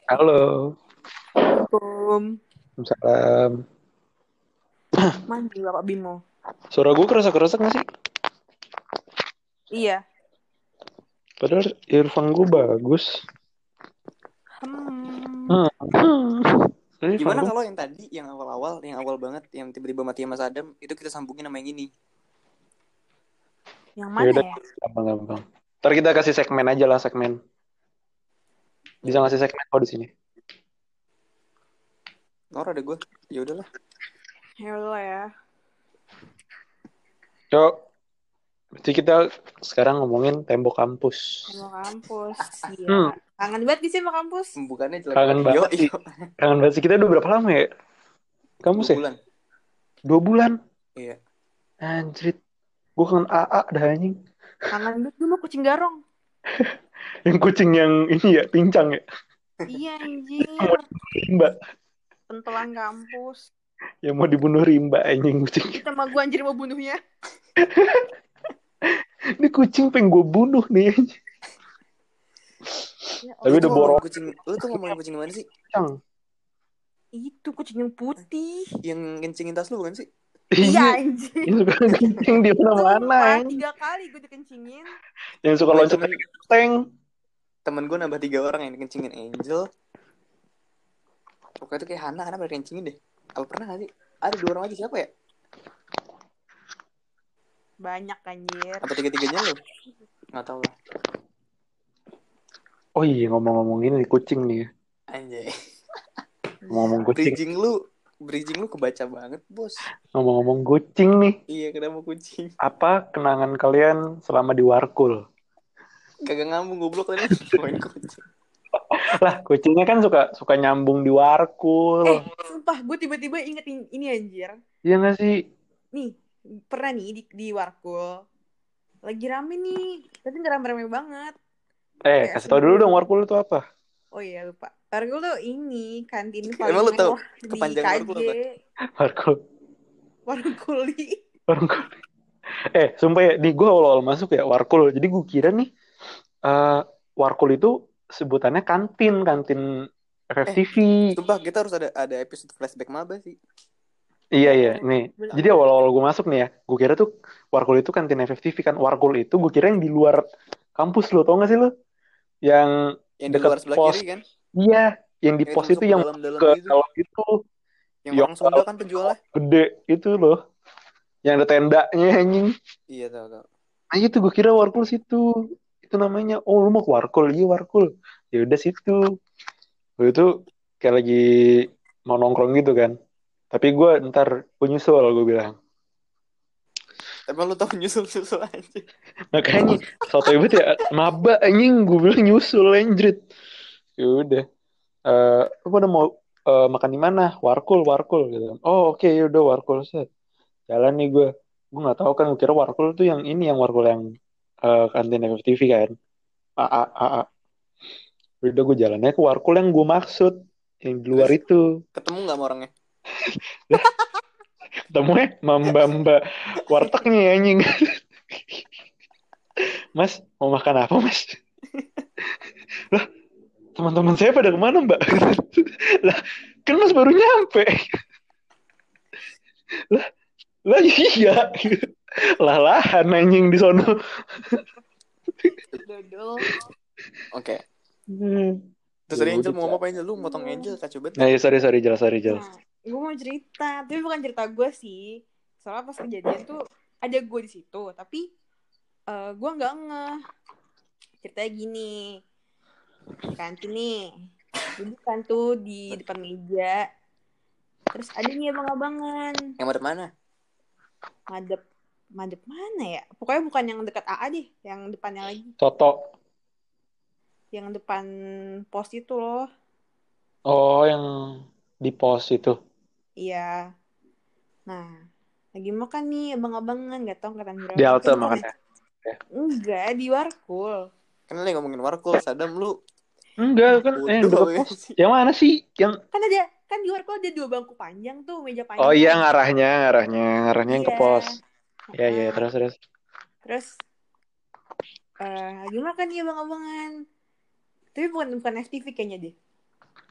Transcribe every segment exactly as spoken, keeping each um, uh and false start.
Halo, Assalamualaikum. salam. Mandi Bapak Bimo. Suara gue kerasa-kerasa gak sih? Iya. Padahal earphone gue bagus. Hmm. Hmm. Hmm. Tapi earphone Gimana gue kalau yang tadi, yang awal-awal, yang awal banget, yang tiba-tiba mati Mas Adam, itu kita sambungin sama yang ini. Yang ya mana udah ya? gampang-gampang. Ntar kita kasih segmen aja lah segmen. Ya Bisa udah. ngasih segmen kok di sini. Nora ada gue. Ya udahlah. Ya udah ya. Yuk, berarti kita sekarang ngomongin tembok kampus. Sama kampus. Hmm, Iya. Kangen banget di sini sama kampus. Pembukaannya jelek kangen banget. Yo, banget sih. yo. Kangen banget sih. Kita udah berapa lama ya? Kampus Dua ya? bulan. Dua bulan. Iya. Anjrit. Gue kangen A A dah anjing. Kangen banget dulu kucing garong. Yang kucing yang ini ya, pincang ya. Iya Yang anjir. mau dibunuh rimba. Pentolan kampus. Yang mau dibunuh rimba anjing kucing. Kita sama gua anjir mau bunuhnya. Ini kucing pengen gue bunuh nih. Ya Tapi Lu tuh udah Allah. ngomongin borong kucing, lu tuh ngomongin kucing mana sih? kencang. Itu kucing yang putih. Yang kencingin tas lu bukan sih? Iya Iya, anjir. yang suka kencing di mana-mana Sumpah. ya. Tiga kali gue dikencingin. Yang suka Oh, loncat temen, dari genteng. temen gue nambah tiga orang yang dikencingin Angel. Pokoknya itu kayak Hana, Hana pernah kencingin deh. Apa pernah gak sih? Ada dua orang lagi, siapa ya? Banyak anjir. Apa tiga-tiganya lu? Gak tau lah. Oh iya, ngomong-ngomong ini kucing nih. Anjay. Ngomong-ngomong kucing. Bridging lu, bridging lu kebaca banget, bos. Ngomong-ngomong kucing nih. Iya, kenapa kucing? Apa kenangan kalian selama di Warkul? Kagak ngambung goblok tadi main kucing. Lah, kucingnya kan suka suka nyambung di Warkul. Eh, sumpah gue tiba-tiba inget in- ini anjir. Iya nggak sih? Nih, pernah nih di, di Warkul. Lagi rame nih, tapi nggak rame-rame banget. Eh, Kayak kasih tau dulu dong sebelum. Warkul itu apa? Oh iya lupa. Warkul tuh ini kantin paling Emang lu tau mewah di kepanjangan K J. Warkul apa? Warkul. Warkuli. Warkul. Eh, sumpah ya, nih gue awal-awal masuk ya Warkul. Jadi gue kira nih eh Warkul itu sebutannya kantin, kantin Eh, F F T V. sumpah kita harus ada ada episode flashback maba sih. Iya iya, Oh, nih. Jadi bener-bener. awal-awal gue masuk nih ya, gue kira tuh Warkul itu kantin F F T V kan. Warkul itu gue kira yang di luar kampus lo, tau gak sih lo? Yang Yang di deket luar sebelah pos. kiri kan? Iya, yang di Yang itu pos itu masuk ke yang dalam-dalam ke gitu. dalam itu, Yang yang orang Sunda kan penjualnya. gede itu loh, yang ada tendanya anjing. Iya, tahu tahu. Nah itu gue kira Warkul situ. Itu namanya. Oh lu mau ke Warkul? Iya Warkul. Ya udah situ. Gue itu kayak lagi mau nongkrong gitu kan. Tapi gue ntar gue nyusul gue bilang. Emang lu tahu nyusul-nyusul aja. Makanya soto ibu ya maba anjing gue bilang nyusul anjrit. Ya udah. Eh lu pada mau eh, makan di mana? Warkul, Warkul gitu kan. Oh oke ya udah Warkul set. Jalan nih gue. Gue nggak tahu kan gue kira Warkul tuh yang ini yang Warkul yang eh, kantin F F T V kan. A A A A. Udah gue jalannya ke Warkul yang gue maksud. Yang di luar Terus itu. ketemu nggak sama orangnya? Ketemu ya mbak-mbak wartegnya ya, anjing. Mas, mau makan apa mas? Lah, teman-teman saya pada kemana mbak? Lah, kan mas baru nyampe. Lah, lah iya. Lah lahan anjing di sono. Dodol. Oke. Hmm. Terus Ya tadi Angel udah, mau ngomong Cak. apa Angel? Lu motong Angel kacau banget Nah, dah. ya, sorry, sorry, jelas, sorry, jelas. Nah, gue mau cerita, tapi bukan cerita gue sih. Soalnya pas kejadian tuh ada gue di situ, tapi eh, gue nggak ngeh. Ceritanya gini, di kantin nih, duduk kan tuh di depan meja. Terus ada nih abang-abangan, Yang mana mana? madep, madep mana ya? Pokoknya bukan yang dekat A A deh, yang depannya lagi, Toto. yang depan pos itu loh. Oh, yang di pos itu. Iya. Nah, lagi makan nih abang-abangan, gak tau angkatan Di berapa. halte Eh bukan, makan ya? Ya. enggak di Warkul. Kan lu yang ngomongin Warkul, Sadam lu Enggak, kan eh, yang bodoh dekat apa ya pos. sih? Yang mana sih? Yang Kan ada, kan di Warkul ada dua bangku panjang tuh, meja Oh iya panjang. ngarahnya, ngarahnya, ngarahnya yang ke Iya. pos. Ya ya Heeh. terus terus. Terus eh lagi makan nih abang-abangan. Tapi bukan bukan F T V kayaknya deh.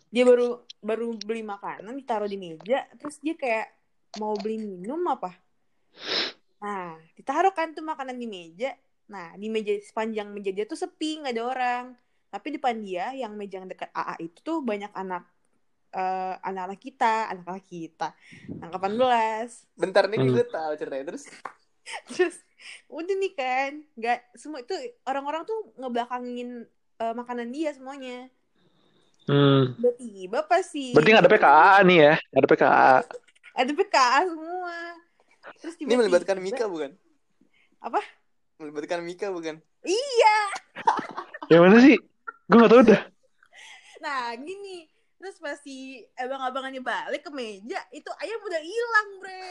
Dia baru baru beli makanan ditaruh di meja, terus dia kayak mau beli minum apa. Nah, ditaruh kan tuh makanan di meja. Nah, di meja sepanjang meja dia tuh sepi, nggak ada orang. Tapi depan dia yang meja yang dekat A A itu tuh banyak anak eh, anak-anak kita, anak-anak kita. Anak delapan belas. Bentar nih Hmm. gue tahu ceritanya terus. Terus udah nih kan, nggak semua itu orang-orang tuh ngebelakangin eh, makanan dia semuanya. Hmm. Tiba-tiba pas si Berarti nggak ada P K A nih ya? Nggak ada P K A. ada P K A semua. Terus Ini melibatkan tiba-tiba Mika bukan? apa? Melibatkan Mika bukan? Iya. Yang mana sih? Gue nggak tahu dah. Nah gini, terus pas si abang-abangannya balik ke meja, itu ayam udah hilang, bre.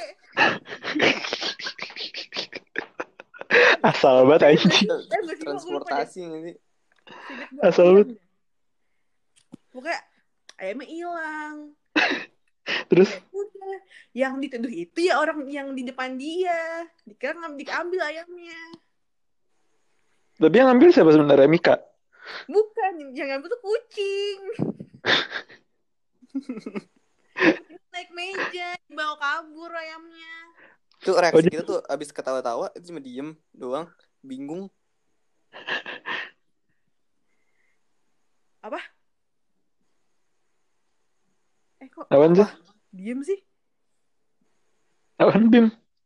Asal banget anjing. Eh, nggak sih, gue lupa deh. Transportasi nanti. Seinget gue Asal ayam banget. dah. Pokoknya ayamnya hilang. Terus Ya udah, yang dituduh itu ya orang yang di depan dia. Dikira ngambil diambil ayamnya. tapi yang ngambil siapa sebenarnya? Mika. Bukan, yang ngambil tuh kucing. Naik meja, dibawa kabur ayamnya. Tuh Oh, reaksi dia- kita tuh abis ketawa-tawa itu cuma diem doang, bingung. Apa? Eh kok Apaan sih? diem sih? Apaan Bim?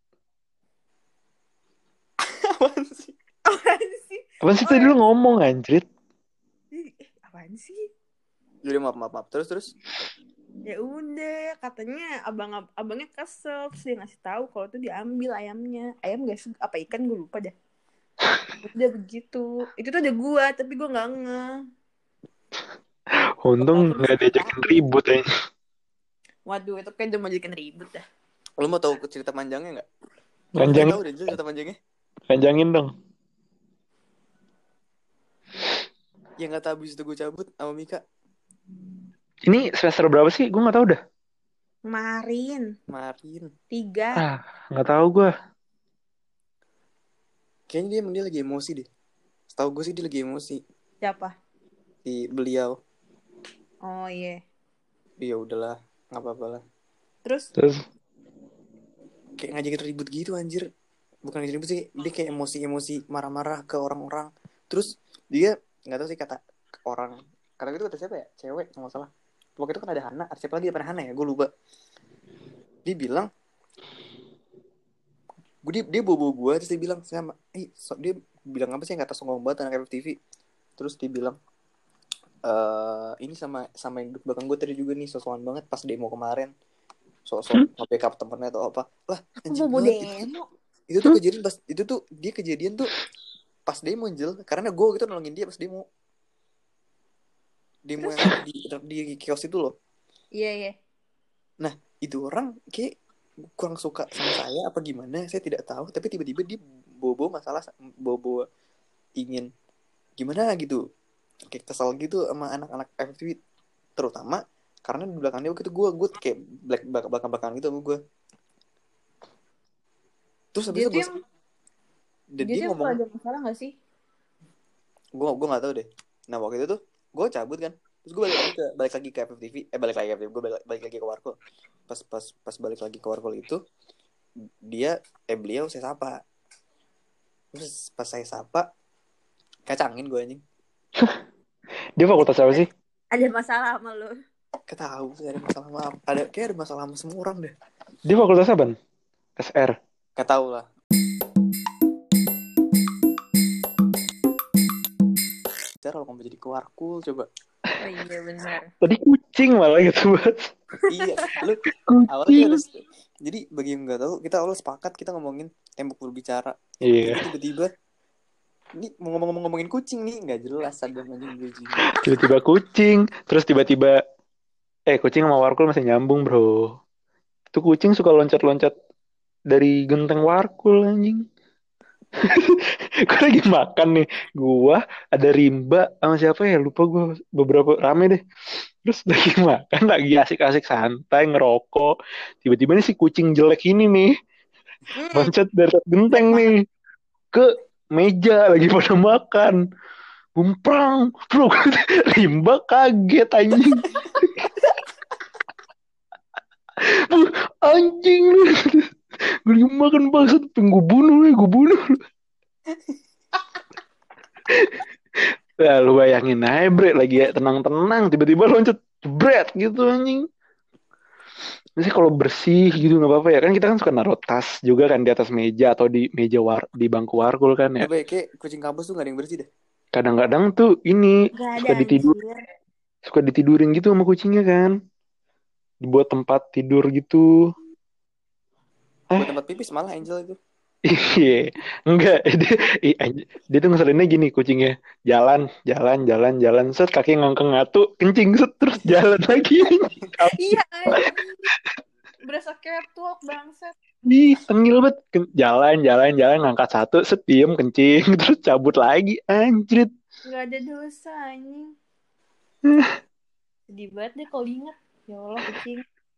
Apaan sih? Apaan sih? Apaan sih Oh, tadi ya. lu ngomong anjrit? Eh, apaan sih? Jadi maaf maaf maaf. Terus terus. Ya udah, katanya abang abangnya kesel, terus dia ngasih tahu kalau tuh diambil ayamnya. Ayam gak sih? Apa ikan, gue lupa dah. Udah begitu. Itu tuh ada gua, tapi gua nggak ngeh. Untung Walaupun nggak diajakin diceritain. ribut ya. Waduh, itu kayak udah mau jadikan ribut dah. Lu mau tahu cerita panjangnya nggak? Lu Panjang, tahu deh Jul, cerita panjangnya? panjangin dong. Ya nggak tahu abis itu gue cabut sama Mika. Ini semester berapa sih? Gue nggak tahu dah. Kemarin Kemarin. tiga. Ah, nggak tahu gue. Kayaknya dia emang dia lagi emosi deh. Setahu gue sih dia lagi emosi. Siapa? Si beliau. Oh iya. Ya udahlah, nggak apa-apa lah. Terus? Terus Kayak ngajakin ribut gitu anjir. Bukan ngajakin ribut sih, dia kayak emosi-emosi marah-marah ke orang-orang. Terus dia nggak tahu sih kata orang. Kata itu kata siapa ya? Cewek nggak salah. Waktu itu kan ada Hana, ada siapa lagi ada Hana ya? Gue lupa. Dia bilang, gue dia, dia bobo gue terus dia bilang sama, eh so, dia bilang apa sih yang kata songong banget anak F T V. Terus dia bilang, eh ini sama sama yang duduk belakang gue tadi juga nih sosokan banget pas demo kemarin. Sok-sok Hmm? nge-backup temennya atau apa. Lah, anjing Bobo banget itu. demo. Itu tuh kejadian pas itu tuh dia kejadian tuh pas demo Angel, karena gue gitu nolongin dia pas demo. Demo Terus? yang ada di di kios itu loh. Iya iya. Nah, itu orang kayak kurang suka sama saya apa gimana, saya tidak tahu, tapi tiba-tiba dia bobo masalah bobo ingin gimana gitu. Kayak kesal gitu sama anak-anak F T V terutama karena di belakangnya waktu itu gue gue kayak black belakang-belakang gitu sama gue. Terus habis Dia itu tuh gue yang dan dia dia tuh ngomong, ada masalah nggak sih? gue gue nggak tahu deh. Nah waktu itu tuh gue cabut kan, terus gue balik lagi ke balik lagi ke F T V, eh balik lagi ke F T V, gue balik, balik lagi ke Warkol. Pas pas pas balik lagi ke Warkol itu dia eh beliau saya sapa. Terus pas saya sapa kacangin gue anjing. dia fakultas apa sih? Ada masalah sama lo. Ketahu sih ada masalah sama ada kayak ada masalah sama semua orang deh. Dia fakultas apa? S R. Ketahu lah. Cara kalau kamu jadi ke Warkul coba. Oh iya benar. Tadi kucing malah gitu banget. Iya, lu awalnya Kucing. kita harus, jadi bagi yang nggak tahu kita awalnya sepakat kita ngomongin tembok berbicara. Iya. Jadi tiba-tiba ini mau ngomong ngomongin kucing nih nggak jelas ada anjing kucing. Tiba-tiba kucing, terus tiba-tiba eh kucing sama Warkul masih nyambung bro. Itu kucing suka loncat-loncat dari genteng Warkul anjing. Gue lagi makan nih, gua ada Rimba sama siapa ya lupa gue, beberapa rame deh. Terus lagi makan, lagi asik-asik santai ngerokok, tiba-tiba nih si kucing jelek ini nih Hmm. loncat dari genteng nih ke meja lagi pada makan, gumprang bro. Rimba kaget anjing. Anjing lu. Gue lagi makan bangsat, gue bunuh lu, gue bunuh lu. Ya lu bayangin aja bre, lagi ya tenang-tenang tiba-tiba loncat jebret gitu anjing. Jadi kalau bersih gitu nggak apa-apa ya kan, kita kan suka naruh tas juga kan di atas meja atau di meja war di bangku warkul kan ya. Lu baik kayak kucing kampus tuh gak ada yang bersih deh. Kadang-kadang tuh ini Gak ada suka ditidur anjir. suka ditidurin gitu sama kucingnya kan, dibuat tempat tidur gitu. Buat Eh tempat pipis malah Angel itu. iya, enggak, dia, ih, anj- dia tuh ngeselinnya gini kucingnya, jalan, jalan, jalan, jalan, set kaki ngangkeng ngatu, kencing, set terus jalan lagi. Iya anjing. Berasa catwalk bangsat. Ih, tengil banget, Ken- jalan, jalan, jalan, ngangkat satu, set diem, kencing, terus cabut lagi, anjrit. Gak ada dosa anjing. Sedih banget deh kalau inget. Ya Allah kucing.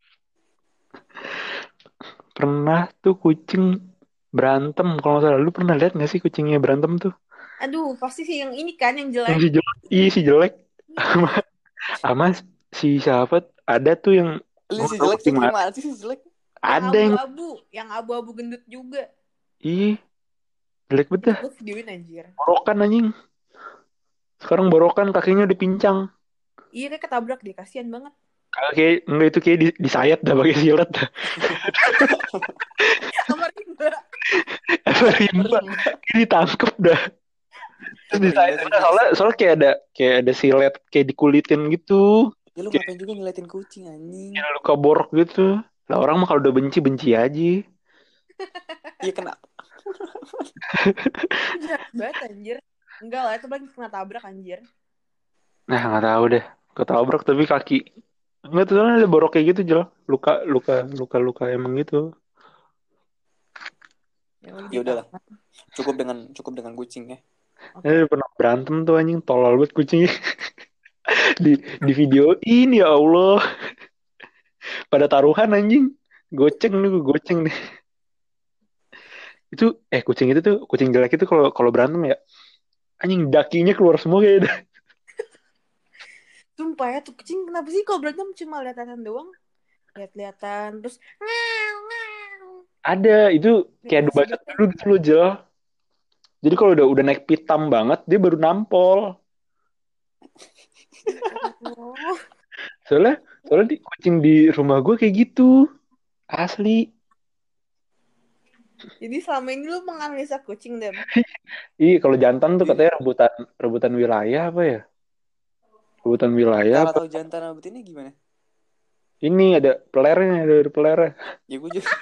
Pernah tuh kucing berantem, kalau nggak salah, lu pernah lihat nggak sih kucingnya berantem tuh? Aduh, pasti sih yang ini kan yang Yang jelek. si jelek, ih si jelek, Iya. sama si siapa? Ada tuh yang Lu gue si tau jelek tuh kucing mana? gimana sih si jelek? Yang Ada yang, abu-abu, yang abu-abu gendut juga. ih jelek Itu betul. gue videoin anjir. Borokan anjing. Sekarang borokan kakinya dipincang. Iya kayak ketabrak deh, kasihan banget. Kayak enggak, itu kayak di, disayat dah pakai silet dah. Sama rimba. Apa rimba? Kayak ditangkep dah. Terus disayat Rimba sih udah, fix. soalnya soalnya kayak ada kayak ada silet kayak dikulitin gitu. Ya lu Kayak, ngapain juga ngeliatin kucing anjing? kayak luka borok gitu. Lah orang mah kalau udah benci benci aja. Iya kena. Jahat banget anjir. Enggak lah, itu paling kena tabrak anjir. Nah nggak tahu deh. Ketabrak tapi kaki. Enggak tuh, soalnya ada borok kayak gitu jelas. Luka luka luka luka emang gitu. Yang lagi Ya udahlah. ditahan. Cukup dengan cukup dengan kucing ya. Oke. Eh pernah berantem tuh anjing, tolol banget kucingnya. di di videoin ya Allah. Pada taruhan anjing. Goceng nih, gue goceng nih. Itu eh kucing itu tuh, kucing jelek itu kalau kalau berantem ya, anjing dakinya keluar semua kayak dah. Sumpah ya, tuh kucing kenapa sih kalau berantem cuma lihat-lihatan doang? Lihat-lihatan, terus ngau, ngau. Ada itu kayak adu Bebas bacot banget. dulu gitu loh Jel. Jadi kalau udah udah naik pitam banget dia baru nampol. Oh. Soalnya soalnya di, kucing di rumah gue kayak gitu. Asli. Jadi selama ini lu menganalisa kucing, Dem? Iya kalau jantan tuh Jadi katanya rebutan rebutan wilayah apa ya? Rebutan wilayah cara apa? tahu jantan sama betinnya gimana? Ini ada pelernya, ada, ada pelernya. Ya gue juga.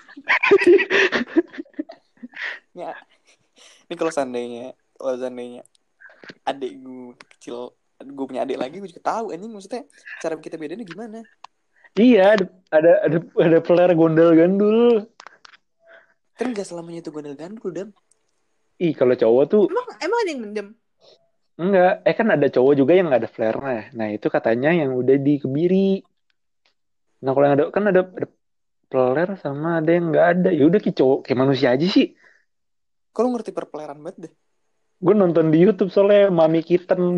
Ya. Ini kalau seandainya kalau seandainya adik gue kecil, gue punya adik lagi, gue juga tahu anjing maksudnya cara kita bedanya gimana. Iya ada ada ada, ada peler gondol-gandul. Kan gak selamanya itu gondel gandul dan Ih kalau cowok tuh Emang emang ada yang mendem? enggak, eh kan ada cowok juga yang nggak ada flare-nya. Nah itu katanya yang udah dikebiri. Nah kalau yang ada kan ada, ada flare sama ada yang nggak ada. Ya udah kayak cowok kayak manusia aja sih. kalau ngerti perpeleran banget deh. Gue nonton di YouTube soalnya Mami Kitten.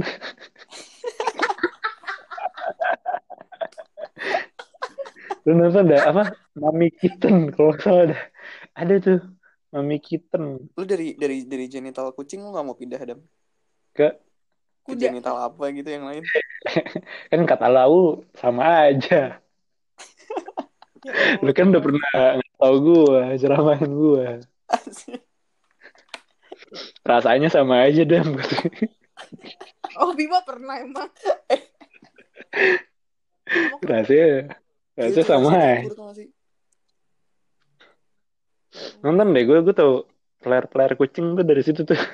Lu nonton dah apa? Mami Kitten kalau nggak salah ada. Ada tuh Mami Kitten Lu dari dari dari genital kucing lu nggak mau pindah Adam ke ke Kuda. genital apa gitu yang lain? kan kata lau sama aja. Ya Allah. Lu kan udah pernah tahu gue ceramahin gue. Asik. Rasanya sama aja deh. Oh, Bima pernah emang. Emang kuda. Rasanya Gila rasanya tuh sama rasa aja. dapur tau gak sih? Nonton deh gue gue tau peler-peler kucing tuh dari situ tuh.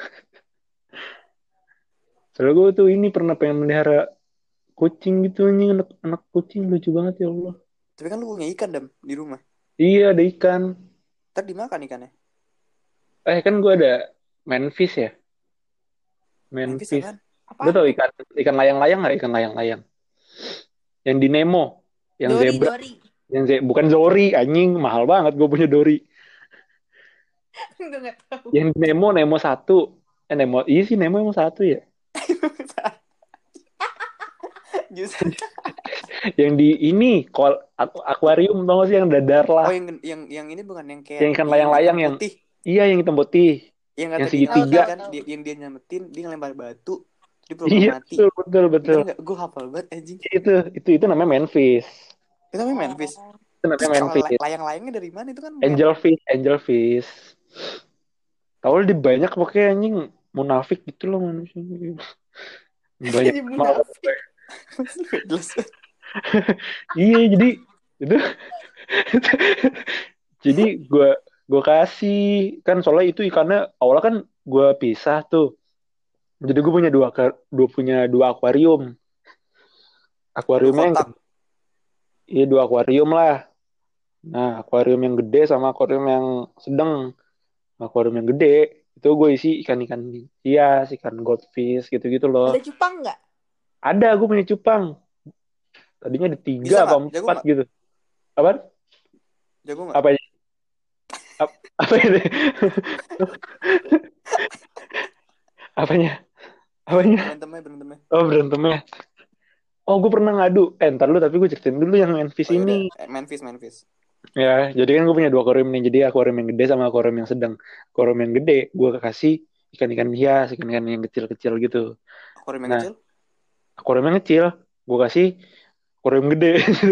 Soalnya gue tuh ini pernah pengen melihara kucing gitu, anjing, anak anak kucing lucu banget ya Allah. Tapi kan lu punya ikan Dam di rumah. Iya ada ikan. Ntar dimakan ikannya. Eh kan gue ada manfish ya. Mantis Manfish. apaan? Lu Apaan tau tuh? ikan ikan layang-layang nggak, ikan layang-layang? Yang di Nemo, yang Dori, zebra, Dori. yang ze bukan Zori, anjing mahal banget gue punya Dori. Gue gak tahu. Yang di Nemo, Nemo satu. Eh Nemo, iya sih Nemo emang satu ya. Justru Yang di ini kol aku- akuarium tau gak sih yang dadar lah. Oh, yang yang yang ini bukan yang kayak Yang ikan yang layang-layang hitam yang putih. iya yang hitam putih. Yang Yang kata dia Tahu nyelamatin segitiga. tahu kan, tahu. dia, yang dia nyelamatin, dia ngelempar batu, dia pura-pura Iya mati. betul betul Bener betul. nggak? Gue hafal banget anjing. Itu itu itu namanya manfish. Itu namanya Memphis. Oh. Itu Terus namanya kalau manfish. layang-layangnya dari mana itu kan men? Angelfish, angelfish. Tahu di banyak pokoknya anjing munafik gitu loh manusia. Banyak Jadi mal. munafik. Jelas. Iya jadi itu jadi gue gue kasih kan soalnya itu ikannya awalnya kan gue pisah tuh. Jadi gue punya dua ka- dua punya dua akuarium. Dua Akuariumnya yang kotak. gede, iya dua akuarium lah. Nah, akuarium yang gede sama akuarium yang sedang. Akuarium yang gede itu gue isi ikan-ikan hias, ikan goldfish gitu-gitu loh. Ada cupang nggak? Ada, gue punya cupang. Tadinya ada tiga Bisa apa nggak? Jago empat nggak? gitu. Apa? Jago nggak? Apa ya? Ap- Apa ini? Apanya? Apanya? Berantemnya, berantemnya. Oh, berantemnya. Oh, gue pernah ngadu. Eh, ntar lu tapi gue ceritain dulu yang Memphis Oh ya ini. udah, eh, Memphis, Memphis. Ya, jadi kan gue punya dua akuarium nih. Jadi akuarium yang gede sama akuarium yang sedang. Akuarium yang gede, gue kasih ikan-ikan hias, ikan-ikan yang kecil-kecil gitu. Akuarium yang Nah, kecil. akuarium yang kecil, gue kasih akuarium gede.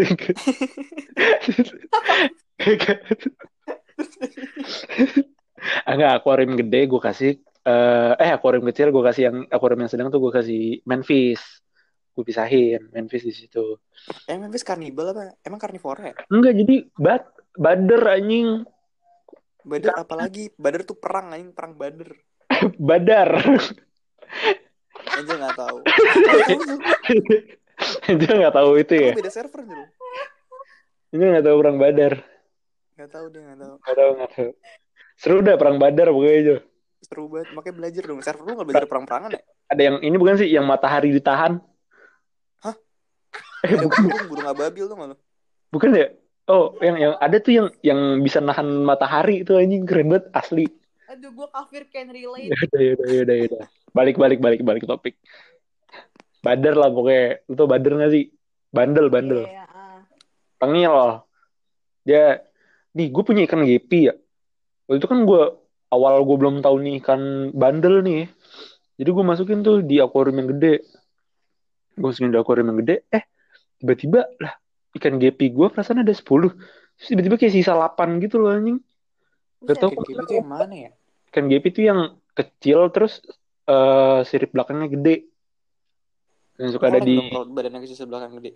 Enggak, akuarium gede gue kasih eh eh akuarium kecil gue kasih yang akuarium yang sedang tuh gue kasih Memphis. Gue pisahin Memphis di situ. Eh, Memphis karnibal apa? Emang karnivora ya? Enggak, jadi bad bader anjing. Bader apalagi? Bader tuh perang anjing, perang bader. Badar. Angel nggak tahu. Nggak tahu Jul. Dia nggak tahu itu Kan ya. lu beda server Jul. Dia nggak tahu perang Badar. Nggak tahu dia nggak tahu. Nggak tahu nggak tahu. Seru dah perang Badar pokoknya itu. Seru banget. Makanya belajar dong. Server lu nggak belajar perang-perangan ya? Ada yang ini bukan sih yang matahari ditahan? Hah? Eh Ada bukan, burung, burung ababil tuh nggak lu? bukan ya? Oh, yang yang ada tuh yang yang bisa nahan matahari itu anjing keren banget asli. Aduh, gue kafir can relate. Ya udah ya udah ya udah ya udah. Balik balik balik balik topik. Badar lah pokoknya. Lu tau Badar nggak sih? Bandel bandel. Iya, ah. Tengil loh. Dia nih gue punya ikan gepi ya. Waktu itu kan gue awal gue belum tahu nih ikan bandel nih. Jadi gue masukin tuh di akuarium yang gede. Gue masukin di akuarium yang gede. Eh tiba-tiba lah ikan gepi gue perasaan ada sepuluh. Terus tiba-tiba kayak sisa delapan gitu loh anjing. Gak Buset. tau Ikan kok. kiwi itu yang mana ya? Ikan gepi tuh yang kecil terus eh sirip belakangnya gede. Yang suka ada Oleng di dong kalau badannya kecil belakang gede.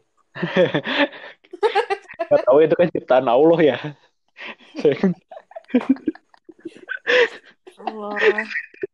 gak tahu itu kan ciptaan Allah ya. Saya kan Allah.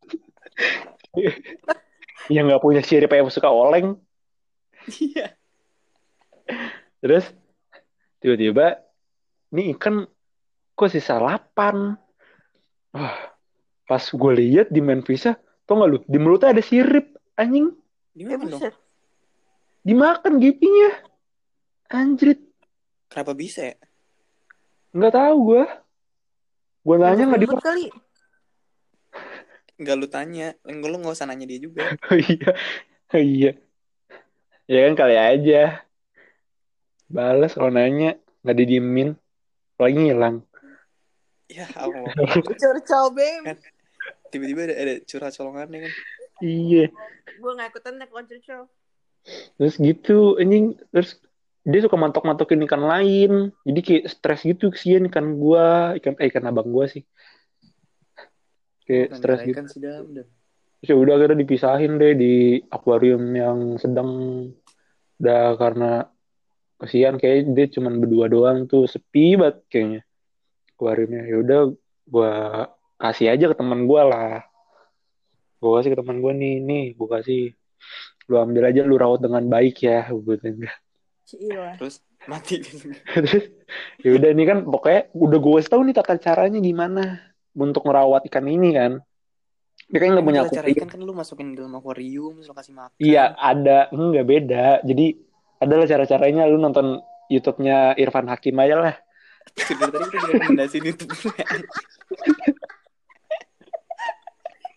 yang nggak punya sirip yang suka oleng. Iya. Terus tiba-tiba ini ikan kok sisa delapan. Wah, pas gue lihat di Memphis tau gak lu di mulutnya ada sirip anjing. Eh, Gimana dong? buset. Dimakan gepinya. Anjrit. Kenapa bisa ya? Nggak tahu gue. Gue nanya nggak Ribet dimakan. kali. Nggak lu tanya. Lu nggak usah nanya dia juga. Oh iya. Oh iya. Ya kan kali aja. Balas kalau nanya. Nggak didiemin. Lagi ngilang. Ya Allah. Curcol, bem. Kan tiba-tiba ada, ada curhat colongannya kan. Iya. Gue gak ikutan deh kalau curcol. Terus gitu. Anjing. Terus dia suka mantok-mantokin ikan lain. Jadi kayak stres gitu. Kesian ikan gua. Ikan, eh, ikan abang gua sih. Kayak stres gitu. Kan si dalam dan. Terus ya udah akhirnya dipisahin deh di akuarium yang sedang. Udah karena kesian kayak dia cuman berdua doang tuh sepi banget kayaknya akuariumnya. Ya udah gua kasih aja ke teman gua lah. Gua kasih ke teman gua nih, nih gua kasih. Lu ambil aja lu rawat dengan baik ya, gua bilang. Cila. Terus mati. Terus ya udah ini kan pokoknya udah gue kasih tahu nih tata caranya gimana untuk merawat ikan ini kan. Dia kan nggak Emang punya cara cara akuarium. ikan kan lu masukin di dalam akuarium, terus lu kasih makan. Iya ada, nggak beda. Jadi adalah cara-caranya lu nonton YouTube-nya Irfan Hakim aja lah. Dari tadi kita direkomendasiin YouTube.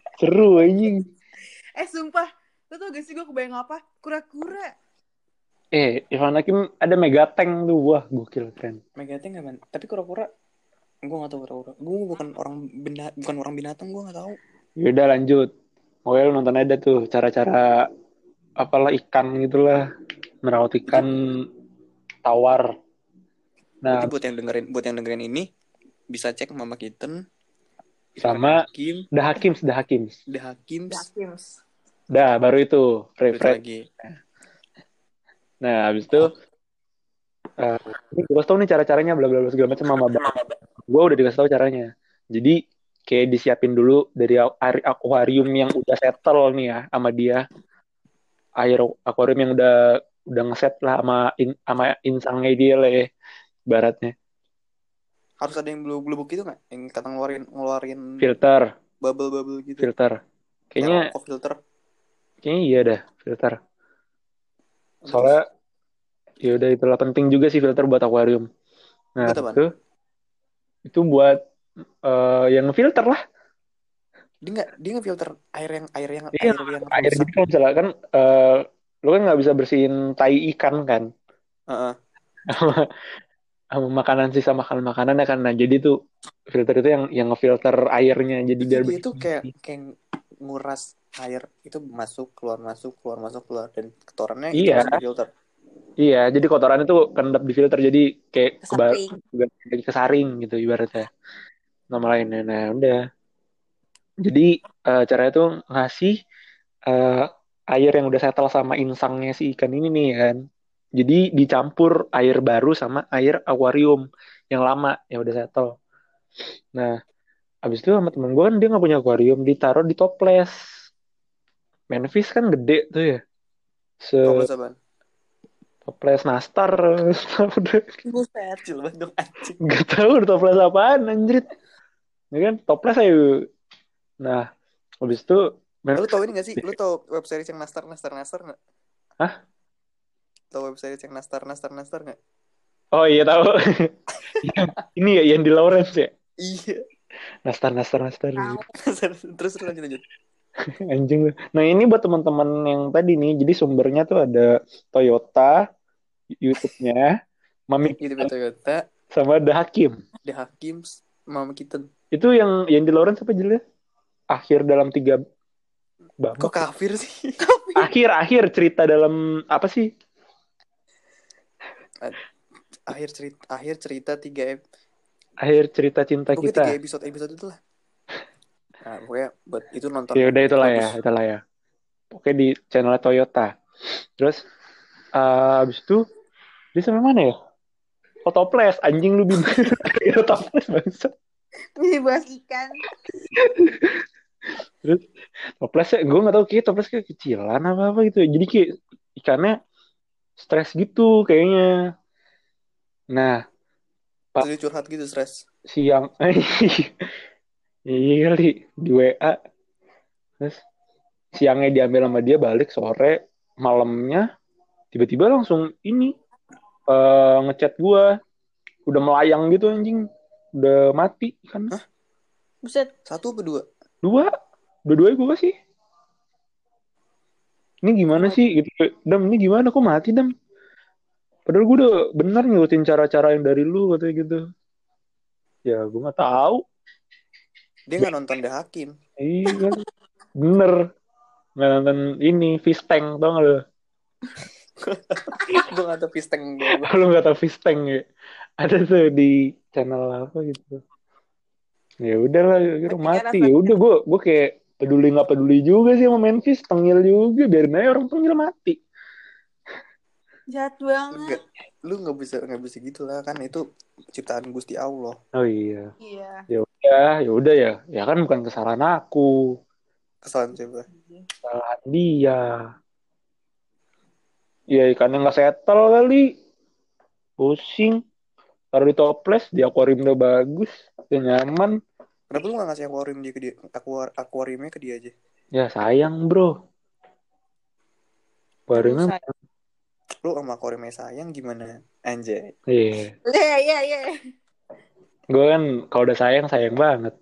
Seru anjing. Eh, sumpah. Lu tau gak sih gue kebayang apa? Kura-kura. Eh, Irfan Hakim ada Megatank tuh, wah gokil keren. Megatank nggak man? Tapi kura-kura gue nggak tahu kura-kura. Gue bukan orang benda, bukan orang binatang, gue nggak tahu. Yaudah lanjut. Pokoknya lu nonton aja tuh cara-cara apalah ikan gitulah merawat Berarti, ikan tawar. berarti Nah, buat yang dengerin, buat yang dengerin ini bisa cek Mama Kitten, Irfan sama Hakim, The Hakims, The Hakims. The Hakims, Hakims. Dah, baru itu terus refresh. lagi. Nah, habis itu uh, ini gue kasih tau nih cara-caranya bla bla bla segala macam sama Bang. Gue udah dikasih tahu caranya. Jadi kayak disiapin dulu dari air akuarium yang udah settle nih ya sama dia. Air akuarium yang udah udah ngeset lah sama in, sama insangnya dia lah ya, baratnya. Harus ada yang blubuk-blubuk gitu nggak? Yang kata ngeluarin ngeluarin Filter, bubble-bubble gitu. filter. Kayaknya Kayak filter. kayaknya iya dah, filter. Terus Soalnya ya udah itulah penting juga sih filter buat akuarium. Nah, buat apaan? itu itu buat uh, yang filter lah. Dia nggak dia nggak filter air yang air yang Iya, air yang air rusak. jadi kalau misalnya kan uh, lu kan nggak bisa bersihin tai ikan kan Heeh. sama, sama makanan sisa makan makanan ya kan. Nah, jadi tuh filter itu yang yang ngefilter airnya jadi Berarti biar dia tuh kayak bersih. kayak nguras air itu masuk keluar masuk keluar masuk keluar dan kotorannya itu Iya, masuk di filter. iya. Jadi kotoran itu kendap di filter jadi kayak kebal Kesaring. jadi kesaring gitu ibaratnya. Nama lainnya. Nah, udah. Jadi uh, caranya tuh ngasih uh, air yang udah settle sama insangnya si ikan ini nih kan. Jadi dicampur air baru sama air akuarium yang lama yang udah settle. Nah, abis itu sama temen gue kan dia nggak punya akuarium, ditaruh di toples. Memphis kan gede tuh ya. Se Toples apaan? toples nastar. Udah Buset, kecil banget dong anjing. nggak tahu udah toples apaan anjrit. Ya kan toples ayo. Nah, habis itu Lu Memphis tau kan ini gak sih? Lu tau web series yang nastar nastar nastar nggak? Hah? Tau web series yang nastar nastar nastar nggak? Oh iya tahu. Yang ini ya yang di Lawrence ya. Iya. Nastar nastar nastar. Tahu. Terus terus lanjut lanjut. Anjing lu. Nah ini buat teman-teman yang tadi nih, jadi sumbernya tuh ada Toyota, YouTube-nya, Mami Gitu Toyota, sama The Hakim. The Hakims, Mama Kitten. Itu yang yang di Lawrence apa judulnya? Akhir dalam tiga babak. Kok kafir sih? Akhir akhir cerita dalam apa sih? akhir cerita akhir cerita tiga ep- Akhir cerita cinta pokoknya kita. tiga episode episode itu lah. Nah, pokoknya buat itu nonton. Ya udah itulah Bagus. ya, itulah ya. Oke di channel Toyota. Terus uh, abis itu dia sampai mana ya? Oh, toples, anjing lu bim. Itu toples bangsa. Ini bahas ikan. Terus toplesnya gue nggak tahu kayak toples kayak kecilan apa apa gitu. Jadi kayak ikannya stres gitu kayaknya. Nah, pas Terus dia curhat gitu stres. siang, iya kali di W A. Terus siangnya diambil sama dia balik sore, malamnya tiba-tiba langsung ini uh, ngechat gue, udah melayang gitu anjing, udah mati kan? Hah? Buset. Satu apa dua? Dua, dua-duanya gue kasih. Ini gimana sih gitu, Dam? Ini gimana kok mati Dam? Padahal gue udah bener ngikutin cara-cara yang dari lu katanya gitu. Ya gue nggak tahu. Dia nggak nonton The Hakim. Iya, bener. Nggak nonton ini, Fish Tank, tau gak lu? Gue nggak tahu pisteng gue. Lu nggak tau Fish Tank ya? Ada tuh di channel apa gitu. Ya udahlah, kira mati. Ya udah gue gue kayak peduli nggak peduli juga sih sama Memphis, tengil juga, biarin aja orang tengil mati. Jahat banget. Nggak, lu nggak bisa nggak bisa gitu lah kan itu ciptaan Gusti Allah. Oh iya. Iya. Ya udah, ya udah ya. Ya kan bukan kesalahan aku. Kesalahan siapa? Kesalahan dia. Ya ikannya nggak settle kali. Pusing. Taruh di toples, di akuarium udah bagus, udah nyaman. Kenapa lu nggak ngasih akuarium dia ke dia? Akuar akuariumnya ke dia aja. Ya sayang bro. Akuariumnya. Lu sama akuariumnya sayang gimana? Anjay. Iya. Iya iya iya. Gue kan kalau udah sayang sayang banget.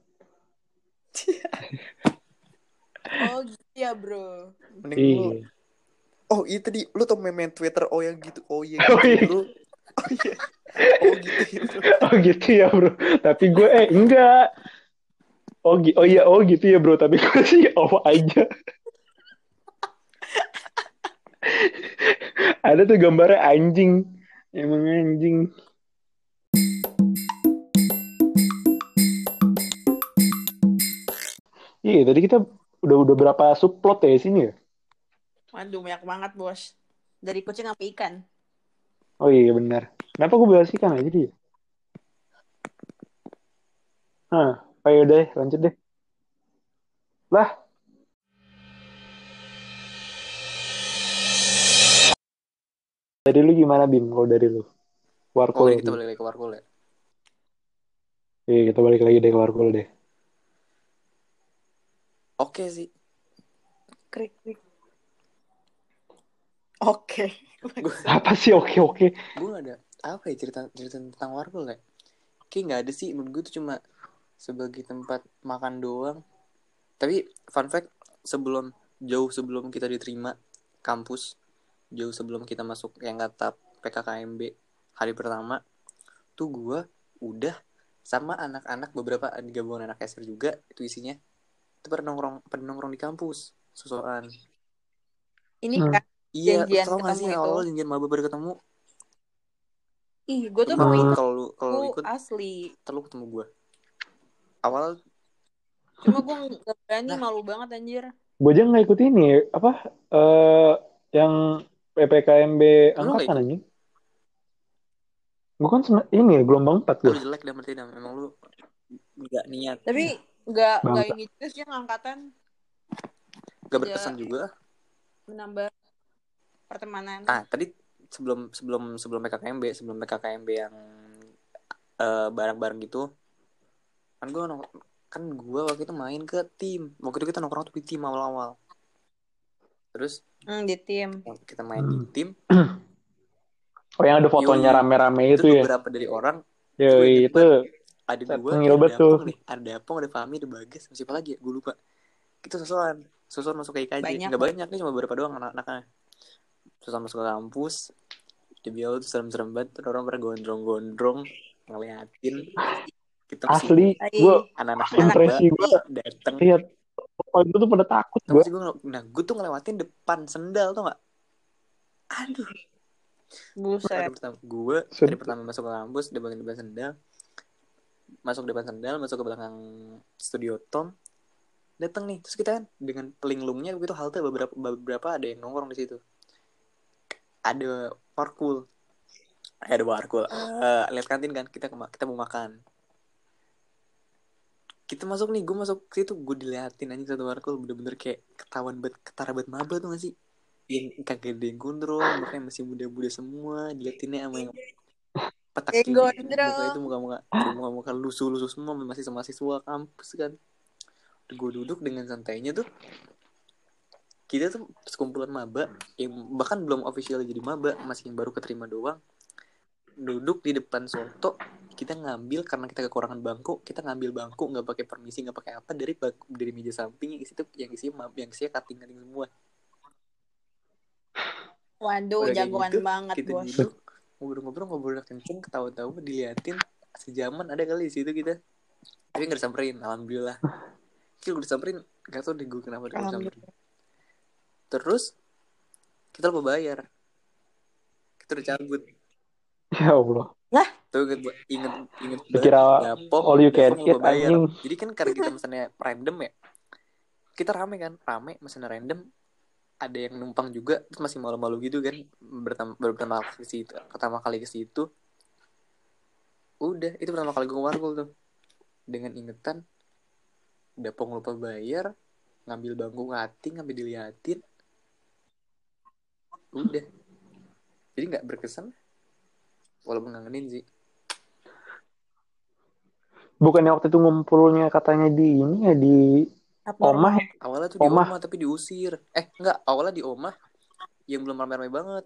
Oh gitu ya bro. Mending lu Iya. Oh itu tadi lu tau meme Twitter oh yang gitu oh ya Oh gitu iya, bro. Oh iya. Oh gitu ya bro. oh gitu ya bro. Tapi gue eh enggak. Oh, gi- oh iya, oh gitu ya bro. Tapi gue sih oh aja. Ada tuh gambarnya anjing. Emang anjing. Iya, tadi kita udah udah berapa subplot ya di sini ya? Waduh, banyak banget, bos. Dari kucing sampai ikan. Oh iya benar. Kenapa gue bahas ikan aja dia? Nah, ayo deh, lanjut deh. Lah, dari lu gimana Bim? Kalau dari lu? Oh Warkol. jadi kita Bim. balik lagi ke warkol ya. Iya, kita balik lagi deh ke Warkol deh. Oke sih. Krik, krik. Oke. Gue Apa sih oke-oke? gue gak ada apa ya cerita cerita tentang warkol ya. Kayak nggak ada sih menurut gue tuh cuma sebagai tempat makan doang. Tapi fun fact sebelum jauh sebelum kita diterima kampus, jauh sebelum kita masuk yang kata P K K M B hari pertama, tuh gue udah sama anak-anak beberapa gabungan anak S R juga itu isinya itu pada nongkrong pada nongkrong di kampus sosokan. Ini Hmm. kan Iya, lu janjian tau gak ketemu sih yang itu. awal-awal janjian maba baru ketemu? Ih, gue tuh Lu mau Hmm. ikut. kalau lu kalau lu Aku ikut asli. terlalu ketemu gue. Awal Cuma gue gak berani, nah malu banget anjir. Gue aja nggak ikut ini. Apa? eh yang P P K M B lu gak angkatan ikut. anjing. Gue kan sem- ini gelombang empat Ah, gue. lu jelek dah berarti dah. Memang lu gak niat. Tapi gak, gak Bangsa. ini juga sih yang angkatan. Gak Tidak berkesan juga. menambah pertemanan. Ah tadi sebelum sebelum sebelum P K K M B sebelum P K K M B yang uh, bareng-bareng gitu kan gue kan gue waktu itu main ke tim waktu itu kita nongkrong tuh di tim awal-awal terus Hmm, di tim. kita main di tim. Oh yang ada fotonya Yoi rame-rame itu itu ya. beberapa dari orang itu gue Yoi, inget itu banget ada set gue ngil eh ada banget tuh. Dapong deh ada Dapong ada Fahmi ada Bagas sama siapa lagi ya gue lupa kita susulan susulan masuk ke I K J Banyak. nggak banyak nih cuma beberapa doang anak-anaknya susulan masuk ke kampus di bio tuh serem-serem banget tuh orang pada gondrong-gondrong ngeliatin kita masih Asli, gue anak-anak Anak maba impresi gue dateng lihat foto itu tuh pada takut tau gue. gak sih gue nah gue tuh ngelewatin depan sendal tau gak aduh Buset. hari pertama gue hari pertama masuk ke kampus depan depan sendal masuk depan sendal masuk ke belakang studio Tom dateng nih terus kita kan dengan pelinglungnya begitu halte beberapa beberapa ada yang nongkrong di situ ada parkour ada parkour uh, lihat kantin kan kita kita mau makan kita masuk nih gue masuk situ gue diliatin aja satu warkol bener-bener kayak ketahuan banget ketara banget maba tuh gak sih yang kagak ada yang gondrong makanya masih muda-muda semua diliatinnya sama yang petak Yang kayak muka itu gondrong. muka-muka udah muka-muka lusuh-lusuh semua masih mahasiswa kampus kan gue duduk dengan santainya tuh kita tuh sekumpulan maba yang bahkan belum official jadi maba masih yang baru keterima doang duduk di depan soto kita ngambil karena kita kekurangan bangku kita ngambil bangku nggak pakai permisi nggak pakai apa dari bangku, dari meja samping yang isi tuh yang isinya yang isinya cutting cutting semua. Waduh, Udah kayak jagoan gitu banget, kita bos. duduk ngobrol-ngobrol ngobrol kenceng ketawa-tawa diliatin sejaman ada kali di situ kita tapi nggak disamperin alhamdulillah kita udah disamperin nggak tahu deh gue kenapa udah disamperin terus kita lupa bayar kita udah cabut Ya Allah. Lah, tuh inget inget inget banget Dikira Dapong all you can Dapong eat lupa bayar anjing. jadi kan karena kita mesennya random ya kita rame kan rame mesennya random ada yang numpang juga terus masih malu-malu gitu kan bertama pertama ke situ pertama kali ke situ udah itu pertama kali gue ke warkol tuh dengan ingetan Dapong lupa bayar ngambil bangku ngating ngambil diliatin udah jadi nggak berkesan walaupun ngangenin sih. Bukannya waktu itu ngumpulnya katanya di ini ya di Omah ya? Awalnya tuh di Omah. Omah tapi diusir. Eh enggak, awalnya di Omah yang belum rame-rame banget.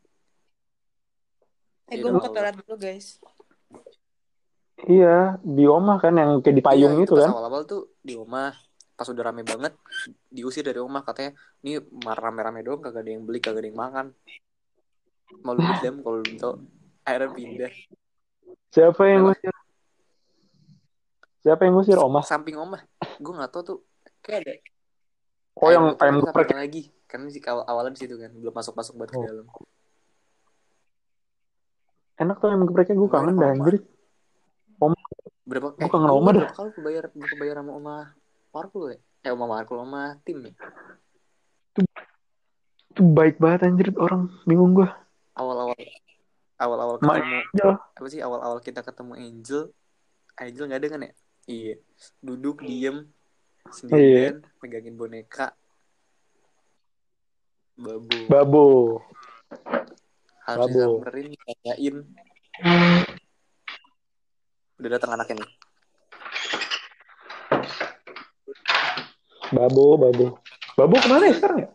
Eh, gue mau ke toilet dulu, guys. Iya, di Omah kan yang kayak di payung iya, itu pas kan. awal-awal tuh di Omah. pas udah rame banget diusir dari rumah, katanya ini rame-rame doang, kagak ada yang beli, kagak ada yang makan. Mau lu dendam kalau lu tau. Akhirnya pindah. Siapa yang Kenapa? ngusir? Siapa yang ngusir? Omah. Samping omah. Gue nggak tahu tuh. Kayak ada Oh, ayam yang geprek ayam tuh geprek. sampingnya lagi. Karena sih awal awalnya di situ kan, belum masuk masuk buat ke Oh. dalam. Enak tuh ayam gepreknya, gue Nggak kangen enak dah sama anjir. Omah, berapa gue eh kangen dulu omah dah. berapa kali gue bayar gue bayar sama omah Markul ya? Eh omah Markul, omah tim ya? Itu baik banget anjir, orang bingung gue. Awal-awal awal-awal Mak ketemu Angel. apa sih awal-awal kita ketemu Angel. Angel nggak ada kan ya? Iya. Duduk diem Iya. sendirian megangin boneka babu. Babo. Harus Babo. disamperin, tanyain. Udah datang anaknya nih. Babo, Babo. Babo kemana ya sekarang ya?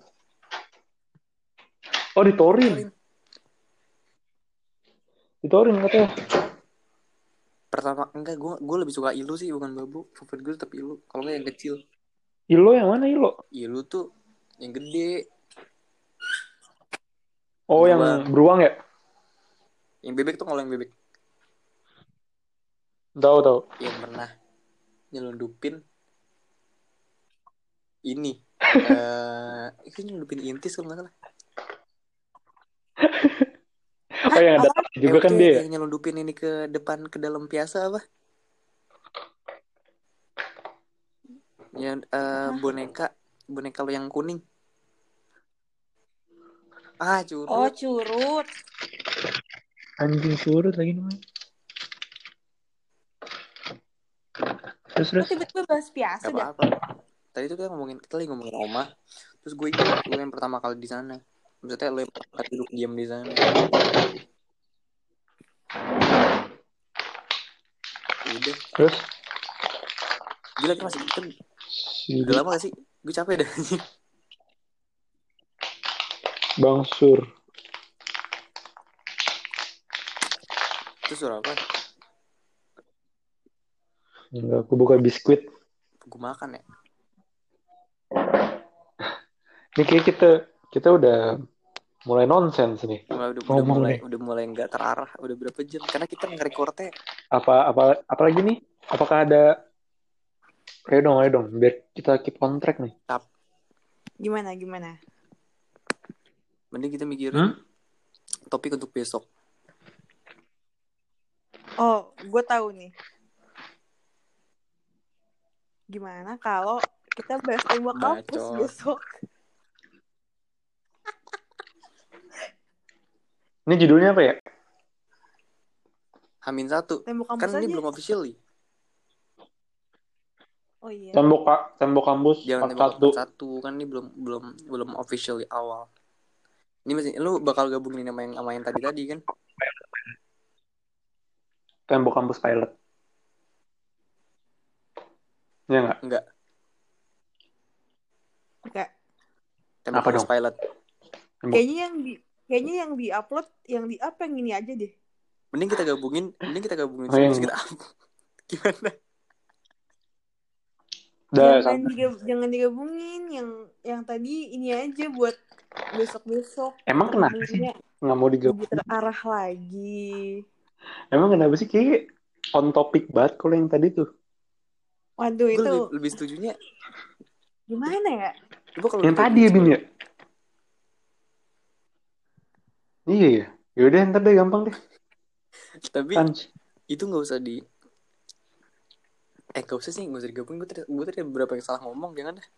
Oh, di Torin. Torin. Di Torin katanya. Pertama enggak, gue gue lebih suka Ilu sih, bukan babu. Favorit gue tetap Ilu. Kalau nggak yang kecil. Ilo yang mana Ilo? Ilu tuh yang gede. Oh, Beruang. yang beruang ya? Yang bebek tuh, kalau yang bebek. Tahu tahu. Yang pernah nyelundupin ini. Eh, uh, itu nyelundupin intis kalau nggak salah. Oh, yang ada juga eh, kan itu dia. yang nyelundupin ini ke depan, ke dalam piasa apa? Yang uh, boneka boneka lo yang kuning. Ah, curut. Oh, curut. Anjing curut lagi namanya. Terus terus. Oh, tiba-tiba bahas biasa Gak dah. apa-apa. Tadi tuh kita ngomongin, kita lagi ngomongin Oma. Terus gue ingat lo yang pertama kali di sana. Maksudnya lo yang pertama kali duduk diam di sana. Udah. Terus. Gila, kita masih kita Si udah lama gak sih? Gue capek dah. Bang Sur. Itu suara apa? Enggak, aku buka biskuit. Gue makan ya. Ini kayak kita kita udah mulai nonsens nih. Mulai, udah, udah Ngomong mulai nih. udah mulai nggak terarah. Udah berapa jam? Karena kita nge-recordnya. Apa apa apa lagi nih? Apakah ada? Ayo dong, ayo dong, biar kita keep on track nih. Tap. Gimana gimana? Mending kita mikirin hmm? topik untuk besok. Oh, gue tahu nih. Gimana kalau kita bahas tembok kampus besok? Ini judulnya apa ya? Hamin satu. Tembok kampus Kan aja. ini belum officially. Oh iya. Tembok tembok kampus Jangan part tembok satu. Kan ini belum belum belum officially awal. Ini masih, lu bakal gabungin sama yang sama yang tadi tadi kan? Tembok kampus pilot. Ya enggak? Enggak. Enggak. Tembok apa kampus dong? pilot. Tembok. Kayaknya yang di kayaknya yang di-upload, yang di-up yang ini aja deh. Mending kita gabungin, mending kita gabungin Oh, yang... terus kita up. Gimana? Jangan digab- jangan digabungin, yang yang tadi ini aja buat besok-besok. Emang kenapa sih nggak mau digabungin? Terarah lagi. Emang kenapa sih, kayak on topic banget kalau yang tadi tuh. Waduh, gue itu lebih, lebih setujunya gimana ya? Coba kalau yang tadi ya, Bin ya? Iya ya. Yaudah ntar deh, gampang deh. Tapi Punch. Itu nggak usah di eh nggak usah sih, nggak usah digabungin. Gue tadi gue tadi beberapa yang salah ngomong, jangan dah.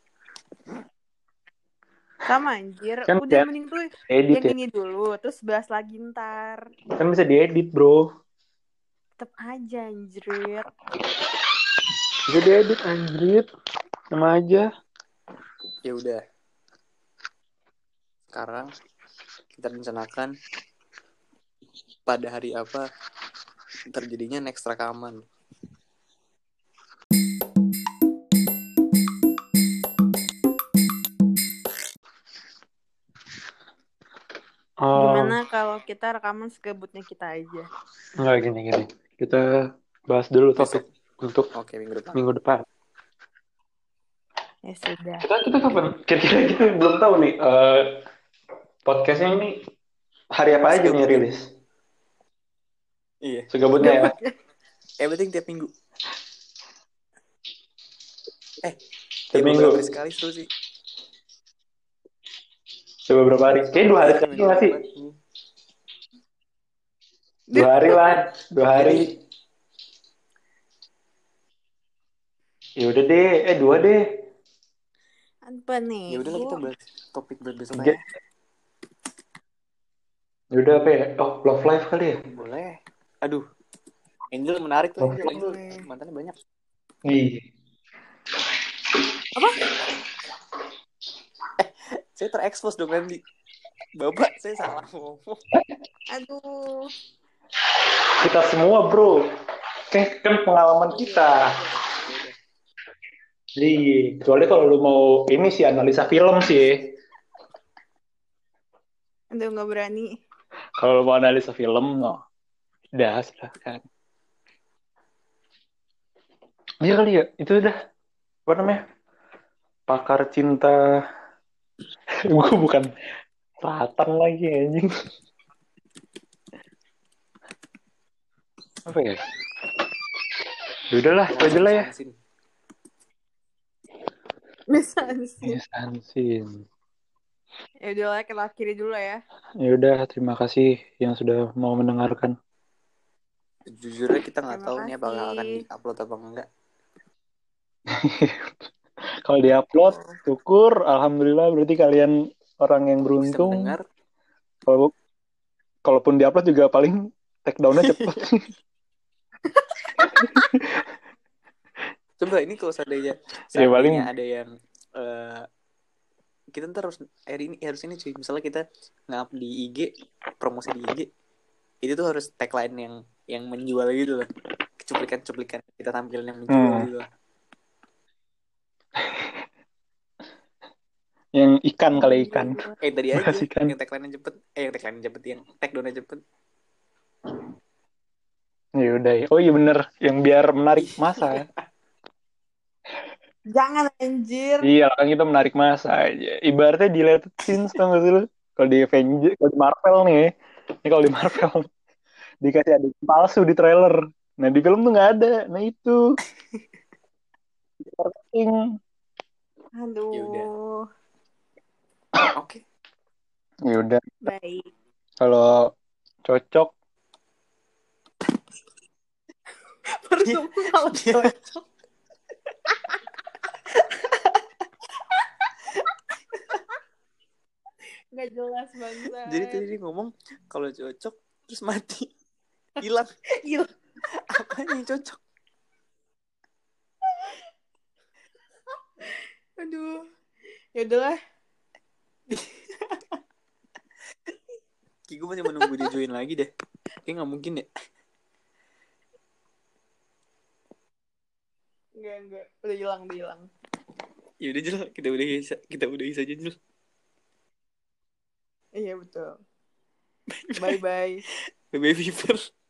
Sama anjir, Kan udah ya, mending tuh edit yang ya. ini dulu, terus bahas lagi ntar. Kan bisa diedit, bro. Tetep aja anjir. Bisa diedit anjir. Sama aja. Ya udah. Sekarang kita rencanakan pada hari apa terjadinya next rekaman. Oh. Gimana kalau kita rekaman segabutnya kita aja? Enggak, gini-gini. Kita bahas dulu topik untuk Oke, minggu depan. Minggu depan. Ya sudah. Kita kita kapan? Kira-kira kita belum tahu nih. eh podcastnya ini hari apa aja nih Segabutnya. rilis? Iya. Segabutnya ya. Yang penting tiap minggu. Eh, Tiap ya minggu. beberapa hari sekali seru sih. Coba berapa hari? Kayaknya dua hari sekali nggak sih? Dua hari lah, dua hari. Ya udah deh, eh dua deh. Apa nih? Ya udahlah kita bahas topik buat besok Tiga. aja. Ya udah apa ya? Oh, love life kali ya? Boleh. Aduh, Angel menarik tuh Love Angel. life. Angel mantannya banyak. Iya. Apa? Saya terekspos dong nanti. Bapak, saya salah ngomong. Aduh. Kita semua bro. Kan, kan pengalaman kita. Iya, kecuali kalau lu mau ini sih analisa film sih. Aduh, nggak berani. Kalau lu mau analisa film, no. Udah, silahkan. Iya kali ya, itu udah. Apa namanya? Pakar cinta. Gue bukan selatan lagi anjing. Apa ya? Ya udahlah, itu aja lah ya. Mesansin. Mesansin. Ya udah lah, kita akhiri dulu lah ya. Ya udah, terima kasih yang sudah mau mendengarkan. Jujurnya kita nggak Terima tahu nih apakah kasih. akan diupload apa enggak. Kalau diupload, syukur, alhamdulillah berarti kalian orang yang Bisa beruntung. mendengar. Kalau kalaupun diupload juga paling take down-nya cepet. Coba ini kalau seandainya, Ya, seandainya paling ada yang uh, kita ntar harus hari ini harus ini cuy. Misalnya kita ngap di I G, promosi di I G, itu tuh harus tagline yang yang menjual gitu loh. Cuplikan-cuplikan kita tampilin yang menjual Hmm. gitu. yang ikan kali ikan. Eh tadi aja Bahas ikan. yang tagline cepet, eh yang tagline cepet, yang tag down cepet. Ya udah. Oh iya bener, yang biar menarik masa. Jangan anjir. Iya kan kita menarik masa aja. Ibaratnya di deleted scenes tau gak sih lu? Kalau di Avengers, kalau di Marvel nih, ini kalau di Marvel dikasih ada palsu di trailer. Nah di film tuh nggak ada. Nah itu. Marketing. Aduh. Yaudah. Oke. Ya udah. Baik. Kalau cocok. Pertemu kalau cocok. Gak jelas bangsa. Jadi tadi dia ngomong kalau cocok terus mati. Hilang. Hilang. Apanya yang cocok? Aduh. Ya udahlah. Gue masih menunggu dia join lagi deh. Kayaknya nggak mungkin ya. Enggak enggak. Udah hilang, udah hilang. Ya udah Jul, kita udah kita udah saja Jul. Iya betul. Bye bye. Bye bye Fever.